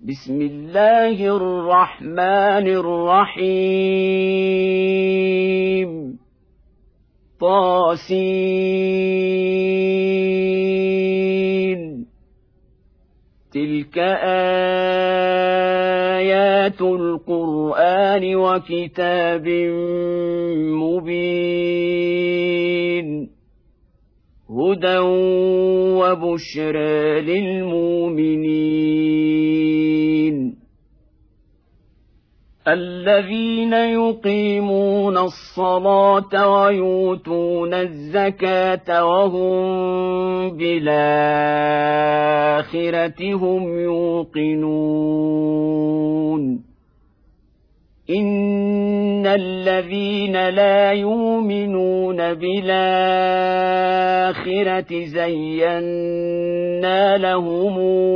بسم الله الرحمن الرحيم طاسين تلك آيات القرآن وكتاب مبين هدى وبشرى للمؤمنين الذين يقيمون الصلاة ويؤتون الزكاة وهم بالآخرة هم يوقنون إن الذين لا يؤمنون بالآخرة زينا لهم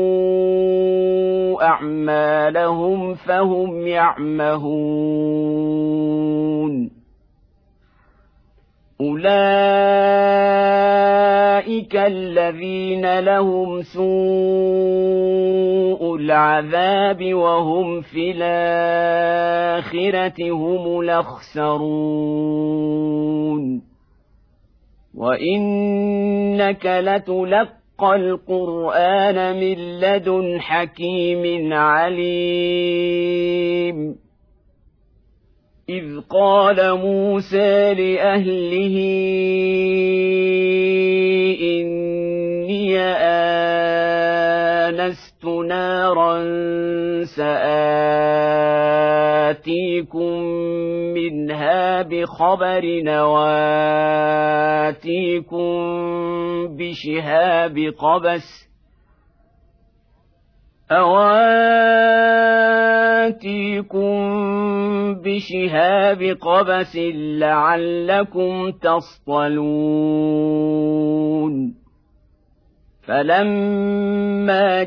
أعمالهم فهم يعمهون أولئك الذين لهم سوء العذاب وهم في الآخرة هم الأخسرون وإنك لتلقى القرآن من لدن حكيم عليم إذ قال موسى لأهله إني آنست نارا سآتيكم منها بخبر أواتيكم بشهاب قبس لعلكم تصطلون فلما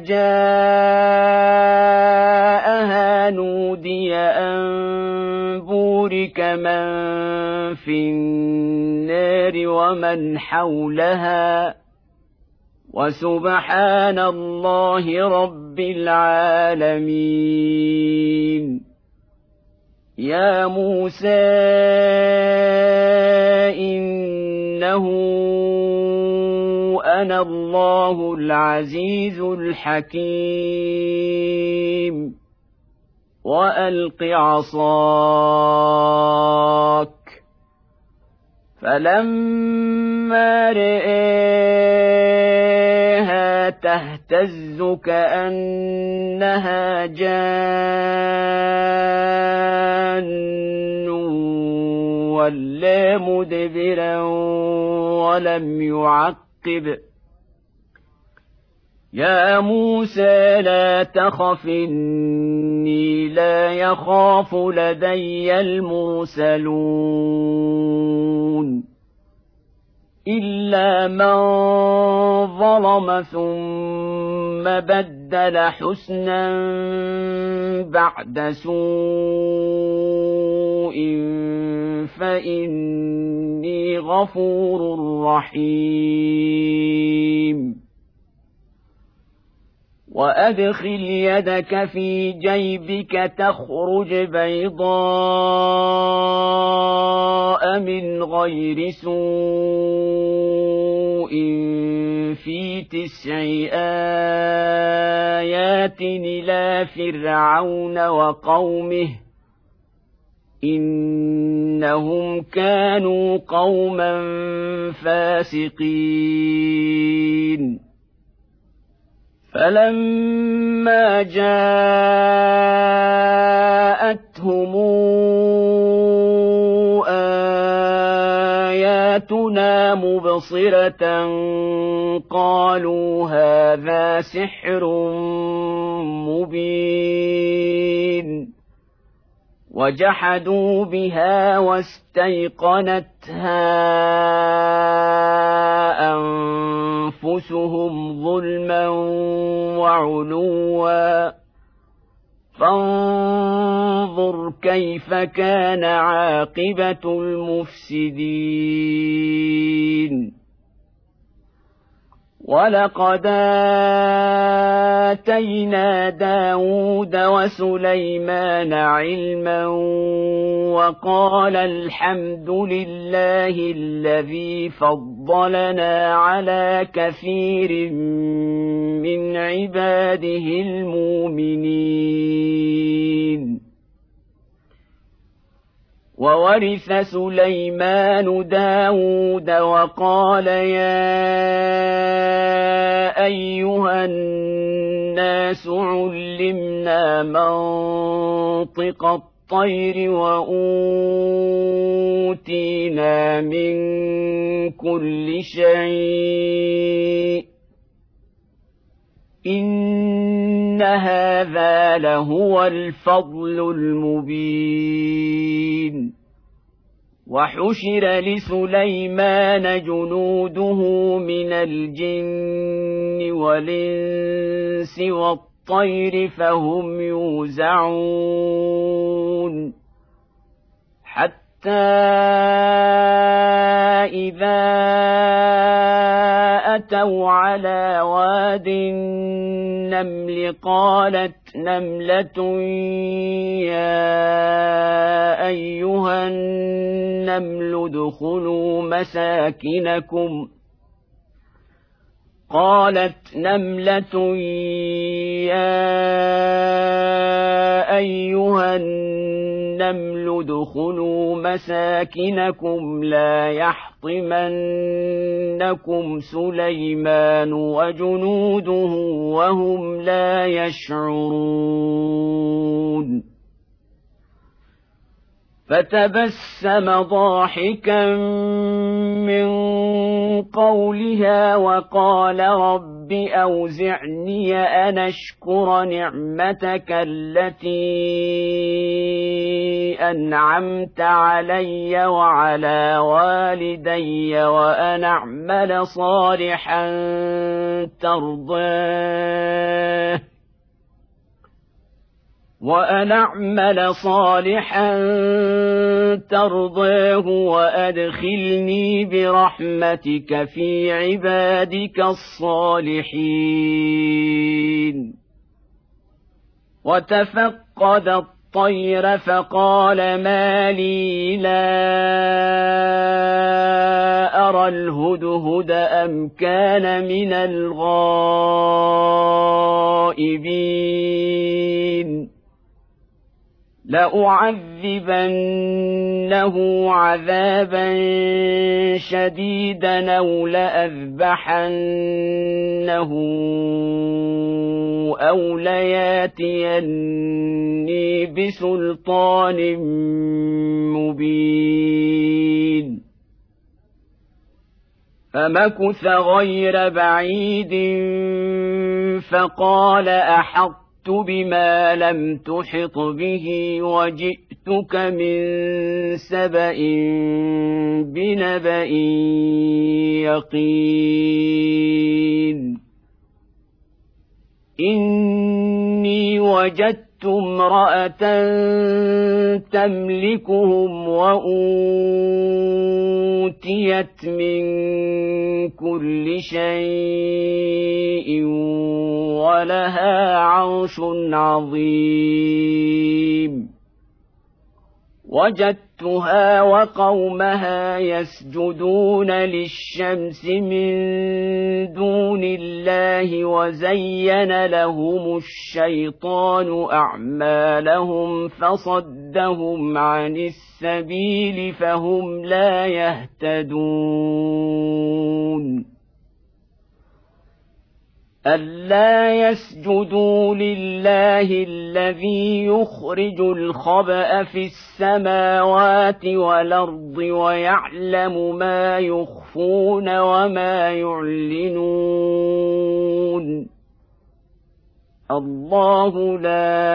جاءها نودي أن بورك من في النار ومن حولها وسبحان الله رب العالمين يا موسى إنه أنا الله العزيز الحكيم وألق عصاك فلما رآها تهتز كأنها جان ولا مدبرا ولم يعقب يا موسى لا تخف إني لا يخاف لدي المرسلون إلا من ظلم ثم بدل حسنا بعد سوء فإني غفور رحيم وأدخل يدك في جيبك تخرج بيضاء من غير سوء في 9 آيات إلى فرعون وقومه إنهم كانوا قوما فاسقين فلما جاءتهم آياتنا مبصرة قالوا هذا سحر مبين وجحدوا بها واستيقنتها أنفسهم ظلما وعلوا فانظر كيف كان عاقبة المفسدين ولقد آتينا داود وسليمان علما وقال الحمد لله الذي فضلنا على كثير من عباده المؤمنين. وورث سليمان داود وقال يا أيها الناس علمنا منطق الطير وأوتينا من كل شيء إن هذا لهو الفضل المبين. وحشر لسليمان جنوده من الجن والإنس والطير فهم يوزعون حتى إذا أتوا على واد النمل قالت نملة يا أيها النمل ادخلوا مساكنكم لا يحطمنكم سليمان وجنوده وهم لا يشعرون. فتبسم ضاحكا من قولها وقال رب أوزعني أن أشكر نعمتك التي أنعمت علي وعلى والدي وأن أعمل صالحا ترضاه وأدخلني برحمتك في عبادك الصالحين. وتفقد الطير فقال ما لي لا أرى الهدهد أم كان من الغائبين لأعذبنه عذابا شديدا أو لأذبحنه أو لياتيني بسلطان مبين. فمكث غير بعيد فقال أحطت بما لم تحط به وجئتك من سبأ بنبأ يقين. إني وجدت امرأة تملكهم وأوتيت من كل شيء ولها عرش عظيم. وجدتها وقومها يسجدون للشمس من دون الله وزين لهم الشيطان أعمالهم فصدهم عن السبيل فهم لا يهتدون. ألا يسجدوا لله الذي يخرج الخبأ في السماوات والأرض ويعلم ما يخفون وما يعلنون. الله لا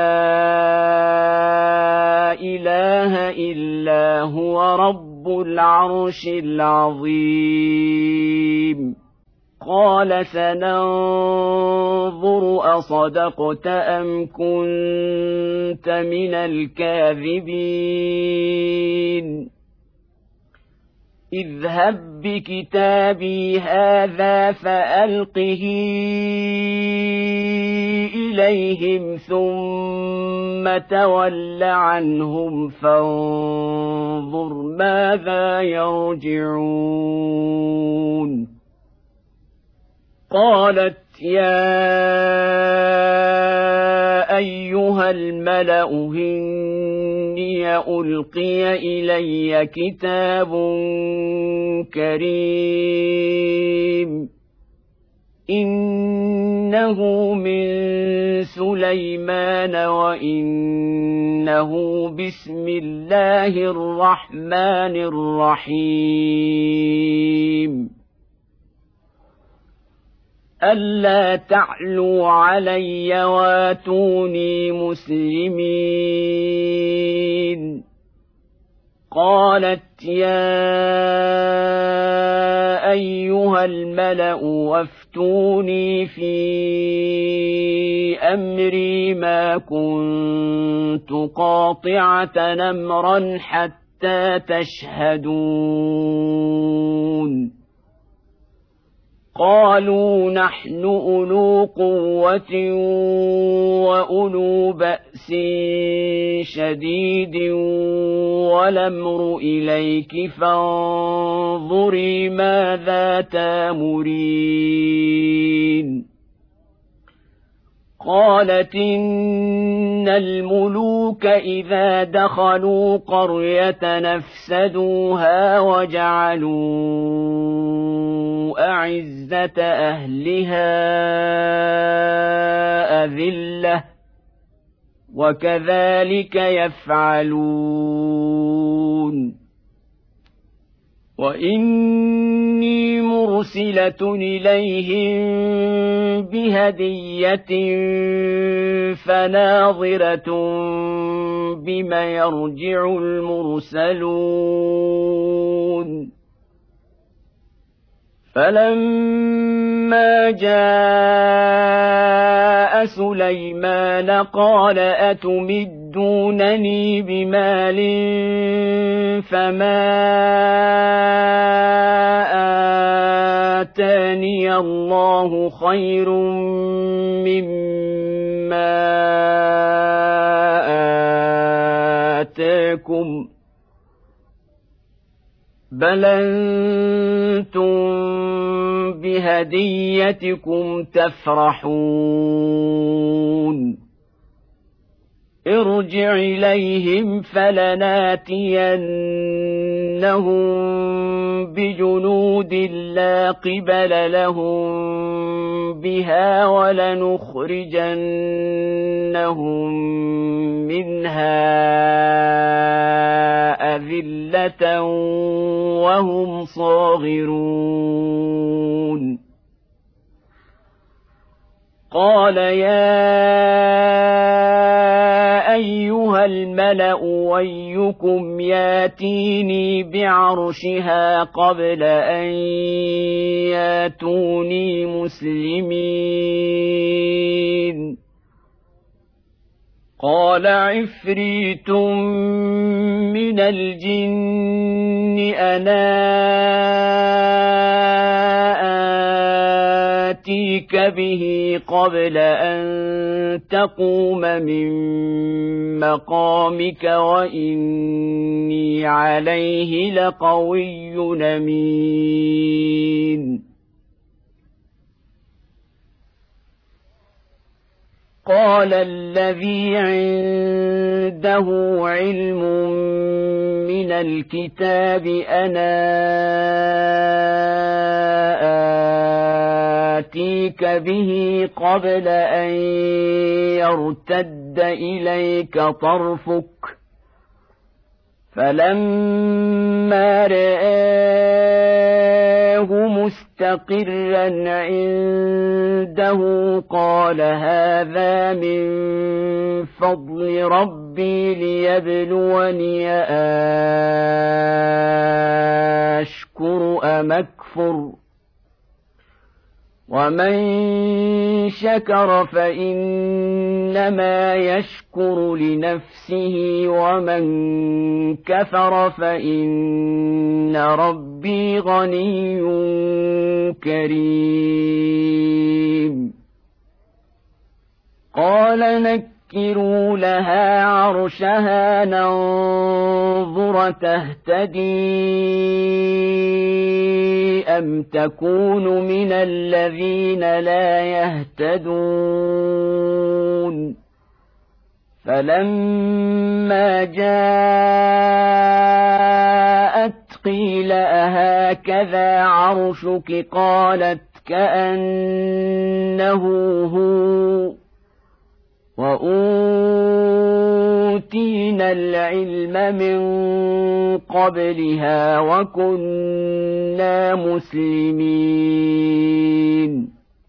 إله إلا هو رب العرش العظيم. قال سننظر أصدقت أم كنت من الكاذبين. اذهب بكتابي هذا فألقه إليهم ثم تول عنهم فانظر ماذا يرجعون. قالت يا أيها الملأ إني ألقي إلي كتاب كريم إنه من سليمان وإنه بسم الله الرحمن الرحيم ألا تعلوا علي واتوني مسلمين. قالت يا أيها الملأ وافتوني في أمري ما كنت قاطعة أمرا حتى تشهدون. قالوا نحن أولو قوة وأولو بأس شديد والأمر إليك فانظري ماذا تأمرين. قالت إن الملوك إذا دخلوا قرية نفسدوها وجعلوا أعزة أهلها أذلة وكذلك يفعلون. وإني مرسلة إليهم بهدية فناظرة بما يرجع المرسلون. فلما جاء سليمان قال أتمدونني بمال فما آتاني الله خير مما آتاكم بل أنتم بهديتكم تفرحون. ارجع إليهم فلناتينهم بجنود لا قبل لهم بها ولنخرجنهم منها أذلة وهم صاغرون. قال يا أيها الملأ أيكم ياتيني بعرشها قبل أن ياتوني مسلمين. قال عفريت من الجن أنا آتيك به قبل أن تقوم من مقامك وإني عليه لقوي أمين. قال الذي عنده علم من الكتاب أنا آتيك به قبل أن يرتد إليك طرفك فلما رآه مستقرا عنده قال هذا من فضل ربي ليبلوني أشكر أم أكفر ومن شكر فإنما يشكر لنفسه ومن كفر فإن ربي غني كريم قال نكروا لها عرشها ننظر تهتدي أم تكون من الذين لا يهتدون فلما جاءت قيل أهكذا عرشك قالت كأنه هو وأوتينا العلم من قبلها وكنا مسلمين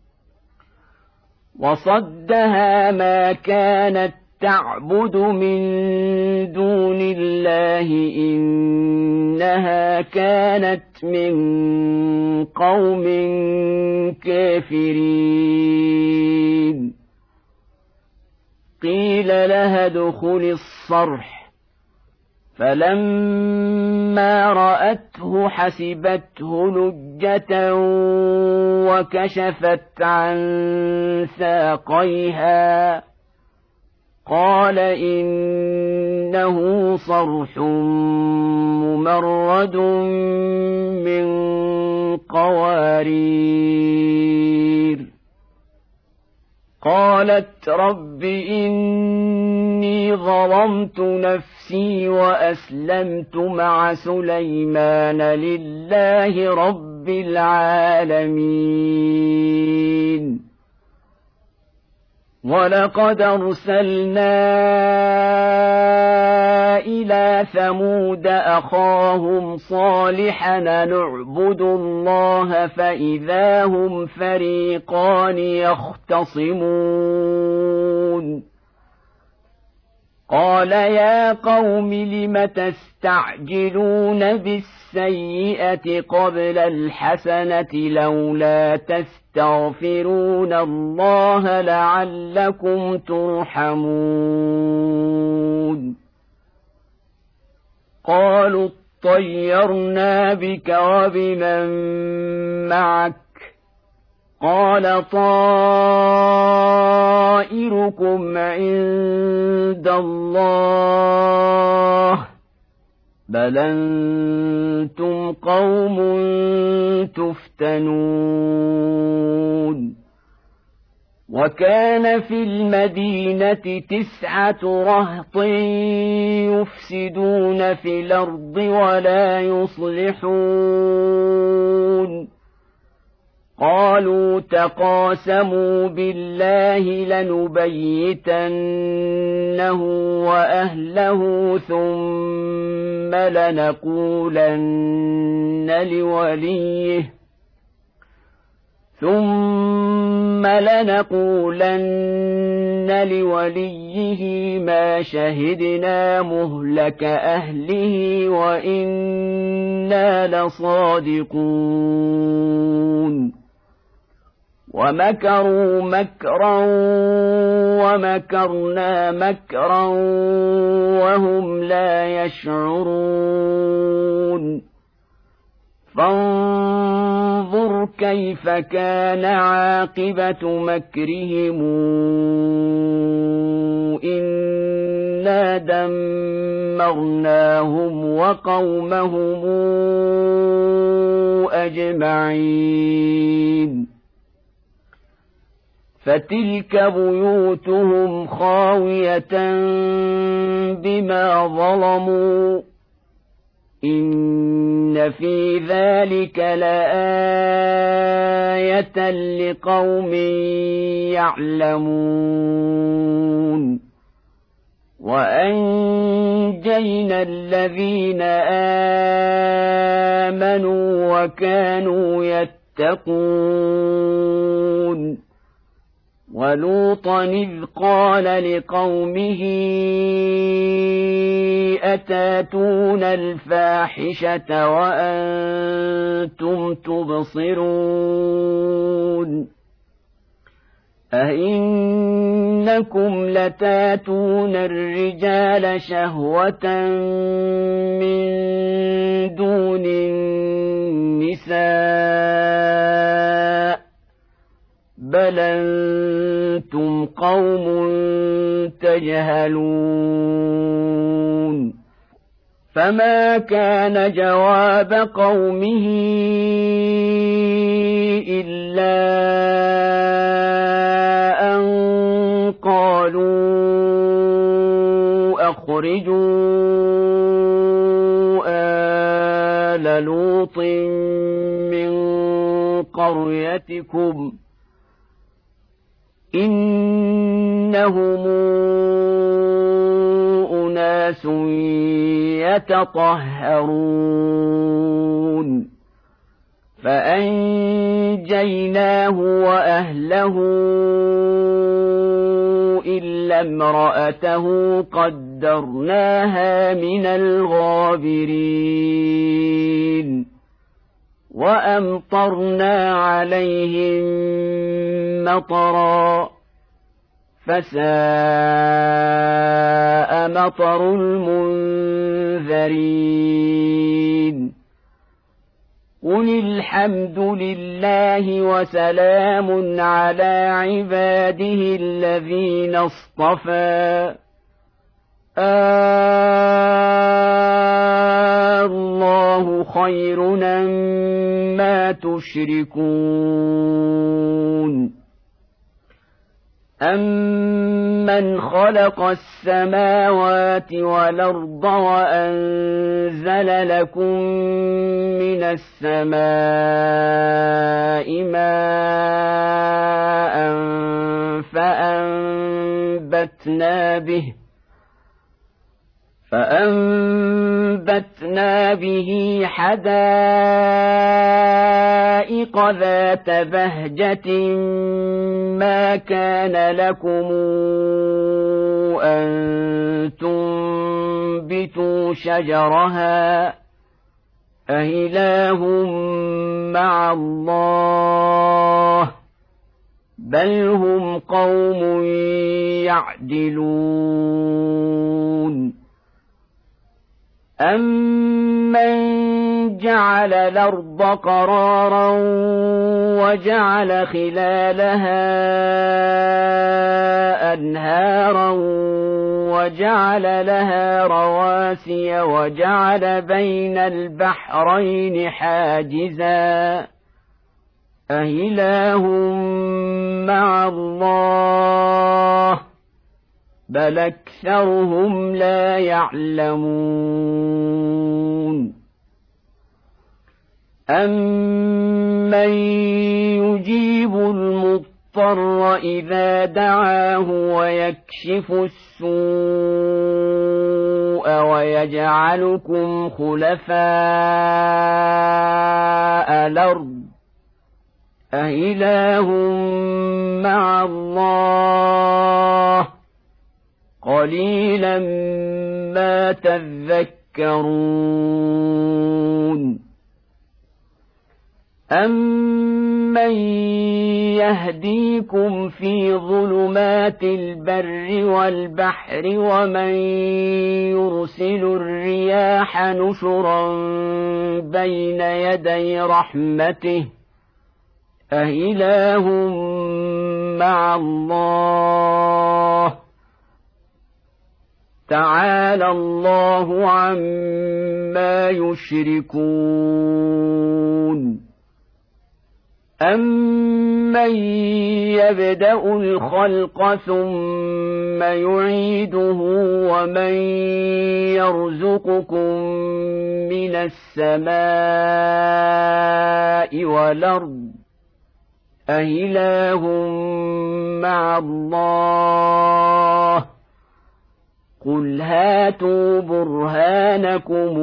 وصدها ما كانت تعبد من دون الله إنها كانت من قوم كافرين قيل لها ادخل الصرح فلما رأته حسبته لجة وكشفت عن ساقيها قال إنه صرح ممرد من قوارير قالت رب إني ظلمت نفسي وأسلمت مع سليمان لله رب العالمين ولقد أرسلنا إلى ثمود أخاهم صالحا نعبد الله فإذا هم فريقان يختصمون قال يا قوم لم تستعجلون بالسيئة قبل الحسنة لولا تستغفرون الله لعلكم ترحمون قالوا اطيرنا بك وبمن معك قال طائركم عند الله بل أنتم قوم تفتنون وكان في المدينة 9 رهط يفسدون في الأرض ولا يصلحون قالوا تقاسموا بالله لنبيتنه وأهله ثم لنقولن لوليه ما شهدنا مهلك أهله وإنا لصادقون ومكروا مكرا ومكرنا مكرا وهم لا يشعرون فانظر كيف كان عاقبة مكرهم إنا دمرناهم وقومهم أجمعين فتلك بيوتهم خاوية بما ظلموا إن في ذلك لآية لقوم يعلمون وأنجينا الذين آمنوا وكانوا يتقون ولوطا إذ قال لقومه أتاتون الفاحشة وأنتم تبصرون أئنكم لتاتون الرجال شهوة من دون النساء بل أنتم قوم تجهلون فما كان جواب قومه إلا أن قالوا أخرجوا آل لوط من قريتكم إنهم أناس يتطهرون فأنجيناه وأهله إلا امرأته قدرناها من الغابرين وأمطرنا عليهم مطرا فساء مطر المنذرين قل الحمد لله وسلام على عباده الذين اصطفى الله خير مما تشركون أمن خلق السماوات والأرض وأنزل لكم من السماء ماء فأنبتنا به حدائق ذات بهجة ما كان لكم أن تنبتوا شجرها أإله مع الله بل هم قوم يعدلون أمن جعل الأرض قرارا وجعل خلالها أنهارا وجعل لها رواسي وجعل بين البحرين حاجزا أإله مع الله بل أكثرهم لا يعلمون أمن يجيب المضطر إذا دعاه ويكشف السوء ويجعلكم خلفاء الأرض أإله مع الله قليلا ما تذكرون أمن يهديكم في ظلمات البر والبحر ومن يرسل الرياح نشرا بين يدي رحمته أإله مع الله تعالى الله عما يشركون أمن يبدأ الخلق ثم يعيده ومن يرزقكم من السماء والأرض أإله مع الله قل هاتوا برهانكم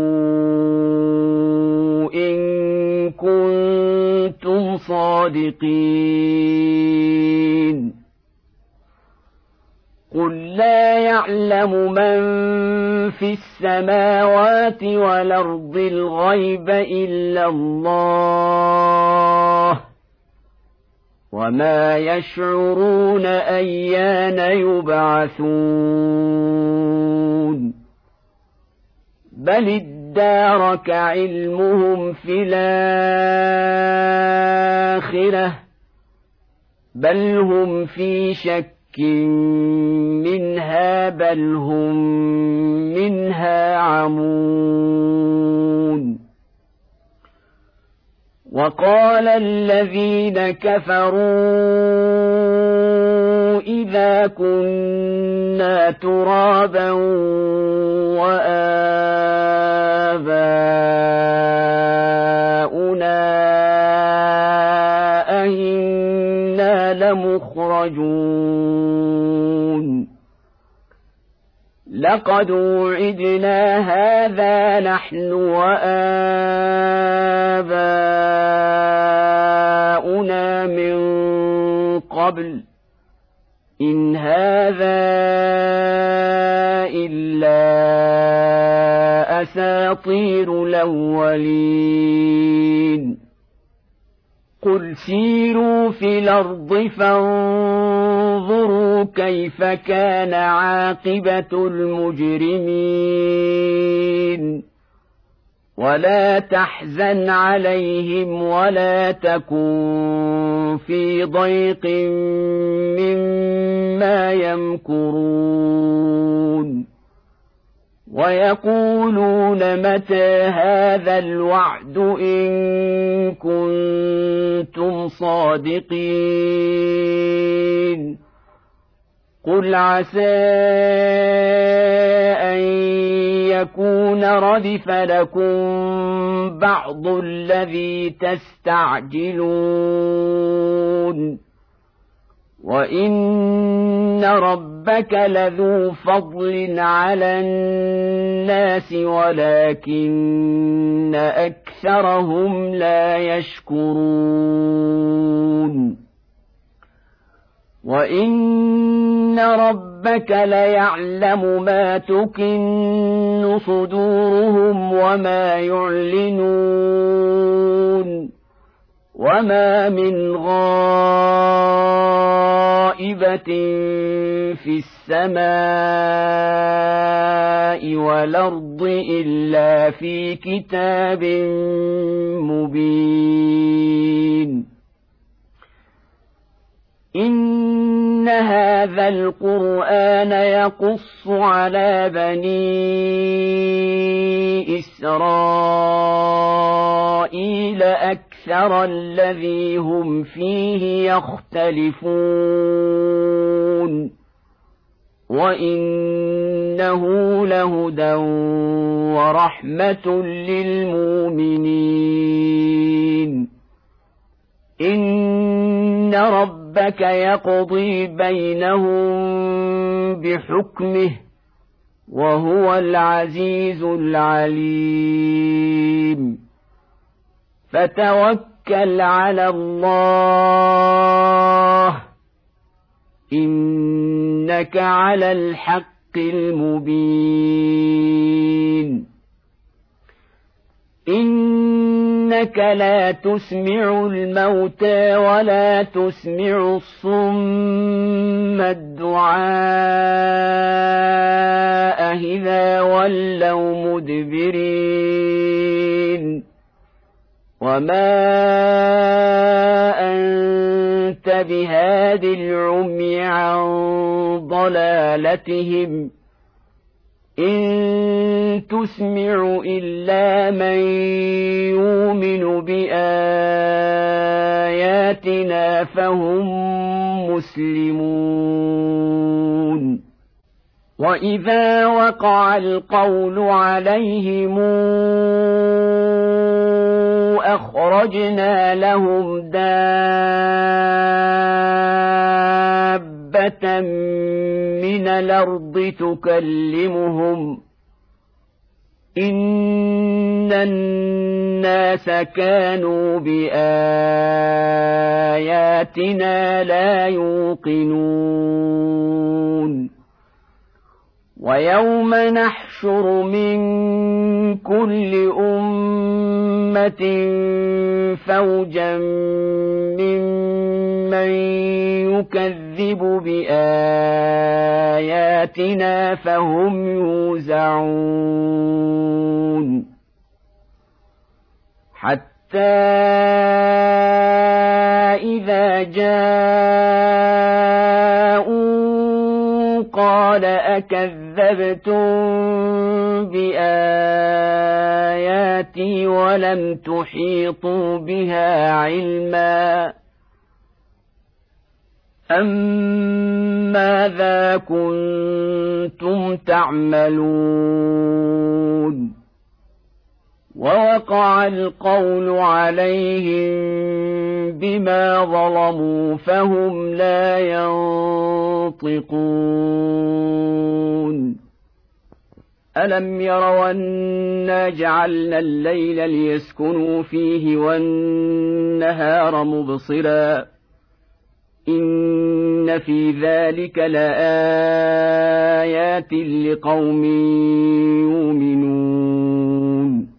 إن كنتم صادقين قل لا يعلم من في السماوات والأرض الغيب إلا الله وما يشعرون أيان يبعثون بل ادارك علمهم في الآخرة بل هم في شك منها بل هم منها عمون وقال الذين كفروا إذا كنا ترابا وآباؤنا أئنا لمخرجون لقد وعدنا هذا نحن وآباؤنا من قبل إن هذا إلا أساطير الأولين قل سيروا في الأرض فانظروا كيف كان عاقبة المجرمين ولا تحزن عليهم ولا تكن في ضيق مما يمكرون ويقولون متى هذا الوعد إن كنتم صادقين قل عسى أن يكون ردف لكم بعض الذي تستعجلون وإن ربك لذو فضل على الناس ولكن أكثرهم لا يشكرون وإن ربك ليعلم ما تكن صدورهم وما يعلنون وما من غائبة في السماء والأرض إلا في كتاب مبين إن هذا القرآن يقص على بني إسرائيل أكثر الذي هم فيه يختلفون وإنه لهدى ورحمة للمؤمنين إن ربك يقضي بينهم بحكمه وهو العزيز العليم فتوكل على الله إنك على الحق المبين إنك لا تسمع الموتى ولا تسمع الصم الدعاء إذا ولوا مدبرين وما أنت بهاد العمي عن ضلالتهم إن تسمع إلا من يؤمن بآياتنا فهم مسلمون وإذا وقع القول عليهم أخرجنا لهم دابة من الأرض تكلمهم إن الناس كانوا بآياتنا لا يوقنون ويوم نحشر من كل أمة فوجا ممن يكذب بآياتنا فهم يوزعون حتى إذا جاءوا قال أكذبتم بآياتي ولم تحيطوا بها علما أم ماذا كنتم تعملون ووقع القول عليهم بما ظلموا فهم لا ينطقون ألم يروا أنا جعلنا الليل ليسكنوا فيه والنهار مبصرا إن في ذلك لآيات لقوم يؤمنون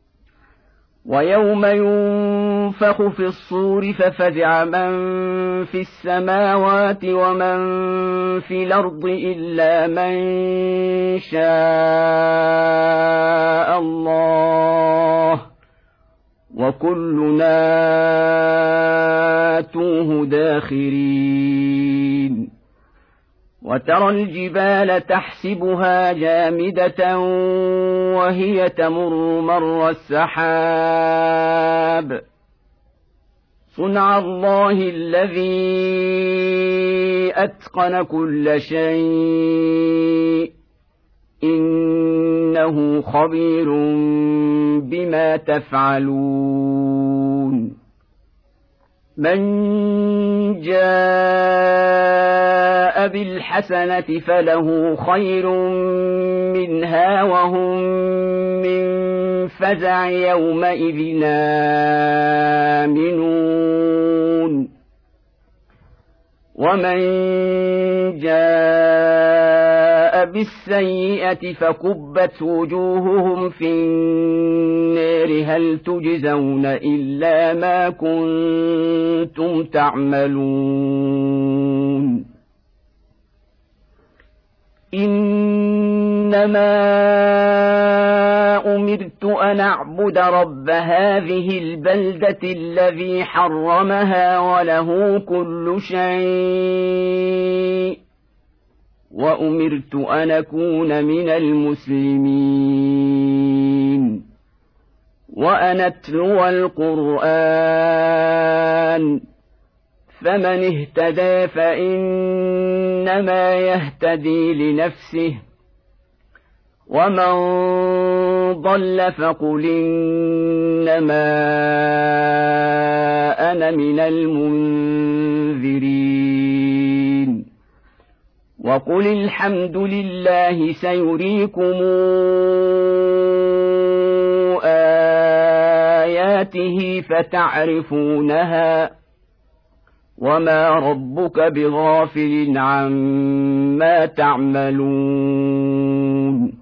ويوم ينفخ في الصور ففزع من في السماوات ومن في الأرض إلا من شاء الله وكلنا آتوه داخرين وترى الجبال تحسبها جامدة وهي تمر مر السحاب صنع الله الذي أتقن كل شيء إنه خبير بما تفعلون من جاء بالحسنة فله خير منها وهم من فزع يومئذ آمنون ومن جاء بالسيئة فكبت وجوههم في النار هل تجزون إلا ما كنتم تعملون إنما أمرت أن أعبد رب هذه البلدة الذي حرمها وله كل شيء وأمرت أن أكون من المسلمين وأن أتلو القرآن فمن اهتدى فإنما يهتدي لنفسه ومن ضل فقل إنما أنا من المنذرين وقل الحمد لله سيريكم آياته فتعرفونها وما ربك بغافل عما تعملون